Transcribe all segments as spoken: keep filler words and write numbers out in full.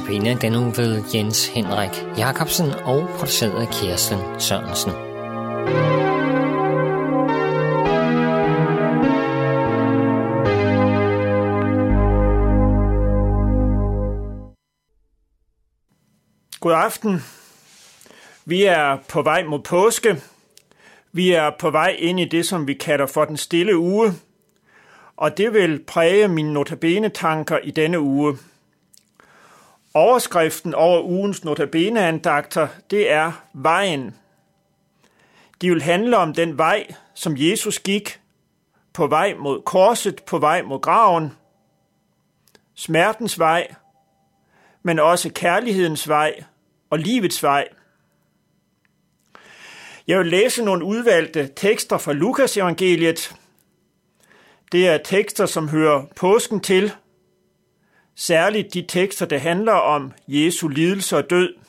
Notabene denne uge ved Jens Henrik Jacobsen og produceret af Kirsten Sørensen. God aften. Vi er på vej mod påske. Vi er på vej ind i det, som vi kalder for den stille uge. Og det vil præge mine notabene-tanker i denne uge. Overskriften over ugens notabene-andagter, det er vejen. De vil handle om den vej, som Jesus gik, på vej mod korset, på vej mod graven, smertens vej, men også kærlighedens vej og livets vej. Jeg vil læse nogle udvalgte tekster fra Lukas evangeliet. Det er tekster, som hører påsken til. Særligt de tekster, der handler om Jesu lidelse og død.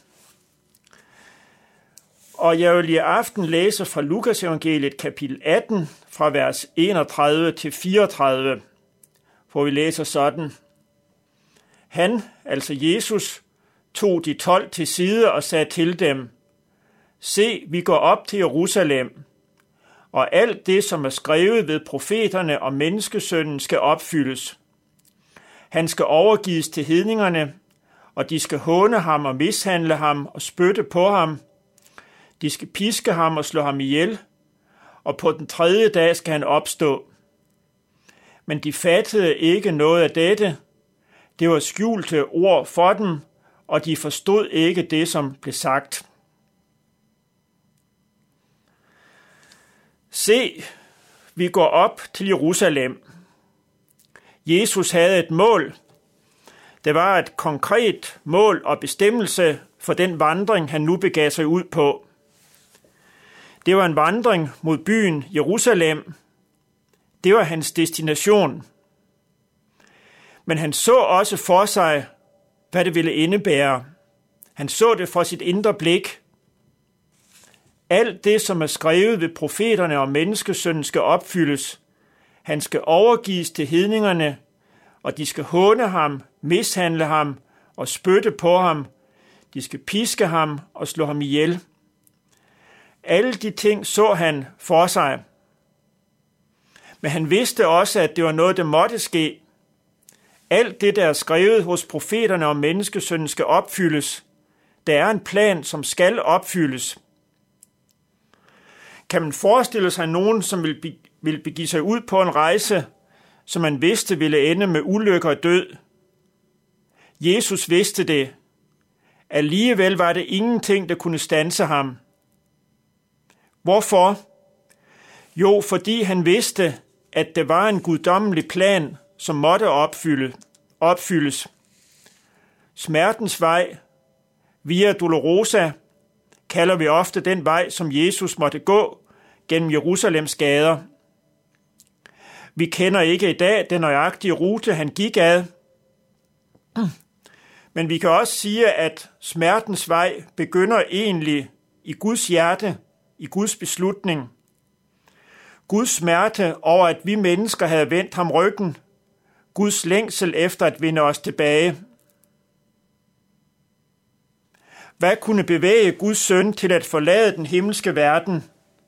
Og jeg vil i aften læse fra Lukas evangeliet kapitel atten, fra vers enogtredive til fireogtredive, hvor vi læser sådan. Han, altså Jesus, tog de tolv til side og sagde til dem, se, vi går op til Jerusalem, og alt det, som er skrevet ved profeterne om menneskesønnen, skal opfyldes. Han skal overgives til hedningerne, og de skal håne ham og mishandle ham og spytte på ham. De skal piske ham og slå ham ihjel, og på den tredje dag skal han opstå. Men de fattede ikke noget af dette. Det var skjulte ord for dem, og de forstod ikke det, som blev sagt. Se, vi går op til Jerusalem. Jesus havde et mål. Det var et konkret mål og bestemmelse for den vandring, han nu begav sig ud på. Det var en vandring mod byen Jerusalem. Det var hans destination. Men han så også for sig, hvad det ville indebære. Han så det for sit indre blik. Alt det, som er skrevet ved profeterne om menneskesønnen, skal opfyldes. Han skal overgives til hedningerne, og de skal håne ham, mishandle ham og spytte på ham. De skal piske ham og slå ham ihjel. Alle de ting så han for sig. Men han vidste også, at det var noget, der måtte ske. Alt det, der er skrevet hos profeterne om menneskesønnen, skal opfyldes. Der er en plan, som skal opfyldes. Kan man forestille sig nogen, som vil begive sig ud på en rejse, som man vidste ville ende med ulykke og død? Jesus vidste det. Alligevel var det ingenting, der kunne standse ham. Hvorfor? Jo, fordi han vidste, at det var en guddommelig plan, som måtte opfylde, opfyldes. Smertens vej, Via Dolorosa, kalder vi ofte den vej, som Jesus måtte gå gennem Jerusalems gader. Vi kender ikke i dag den nøjagtige rute, han gik ad. Men vi kan også sige, at smertens vej begynder egentlig i Guds hjerte, i Guds beslutning. Guds smerte over, at vi mennesker havde vendt ham ryggen. Guds længsel efter at vinde os tilbage. Hvad kunne bevæge Guds søn til at forlade den himmelske verden?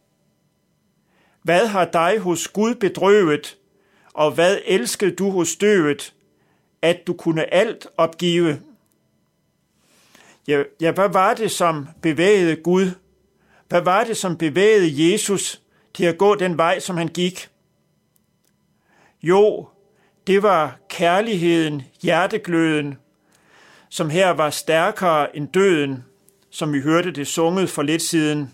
Hvad har dig hos Gud bedrøvet, og hvad elskede du hos døvet, at du kunne alt opgive? Ja, ja, hvad var det, som bevægede Gud? Hvad var det, som bevægede Jesus til at gå den vej, som han gik? Jo, det var kærligheden, hjertegløden, som her var stærkere end døden, som vi hørte det sunget for lidt siden.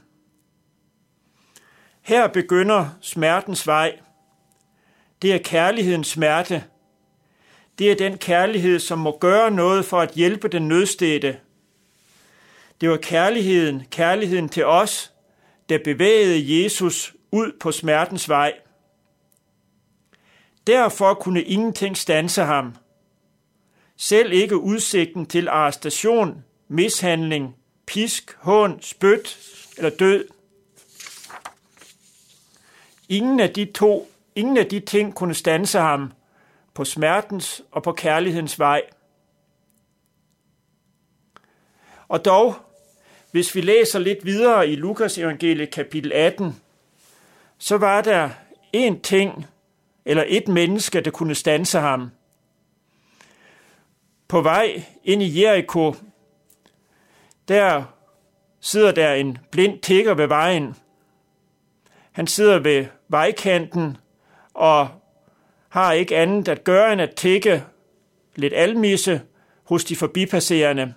Her begynder smertens vej. Det er kærlighedens smerte. Det er den kærlighed, som må gøre noget for at hjælpe den nødstedte. Det var kærligheden, kærligheden til os, der bevægede Jesus ud på smertens vej. Derfor kunne ingenting standse ham. Selv ikke udsigten til arrestation, mishandling, pisk, hån, spyt eller død. Ingen af de to, ingen af de ting kunne standse ham på smertens og på kærlighedens vej. Og dog, hvis vi læser lidt videre i Lukas evangeliet kapitel atten, så var der en ting, eller et menneske, der kunne standse ham. På vej ind i Jericho, der sidder der en blind tigger ved vejen. Han sidder ved vejkanten og har ikke andet at gøre end at tigge lidt almisse hos de forbipasserende.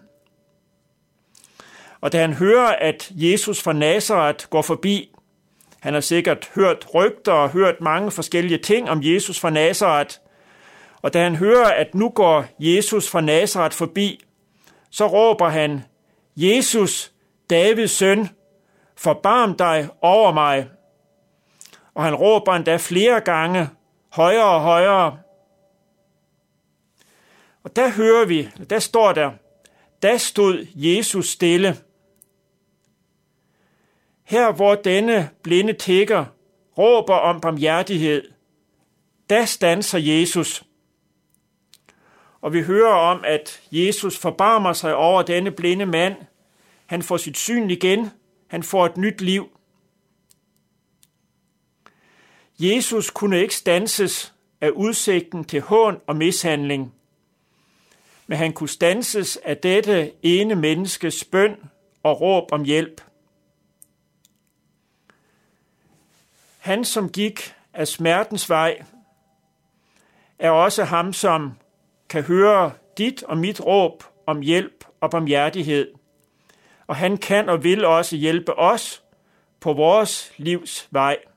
Og da han hører, at Jesus fra Nazaret går forbi, han har sikkert hørt rygter og hørt mange forskellige ting om Jesus fra Nazaret, og da han hører, at nu går Jesus fra Nazaret forbi, så råber han, Jesus, Davids søn, forbarm dig over mig. Og han råber endda flere gange, højere og højere. Og der hører vi, der står der, da stod Jesus stille. Her hvor denne blinde tigger råber om barmhjertighed, da standser Jesus. Og vi hører om, at Jesus forbarmer sig over denne blinde mand. Han får sit syn igen. Han får et nyt liv. Jesus kunne ikke standses af udsigten til hån og mishandling, men han kunne standses af dette ene menneskes bøn og råb om hjælp. Han, som gik af smertens vej, er også ham, som kan høre dit og mit råb om hjælp og barmhjertighed. Og han kan og vil også hjælpe os på vores livs vej.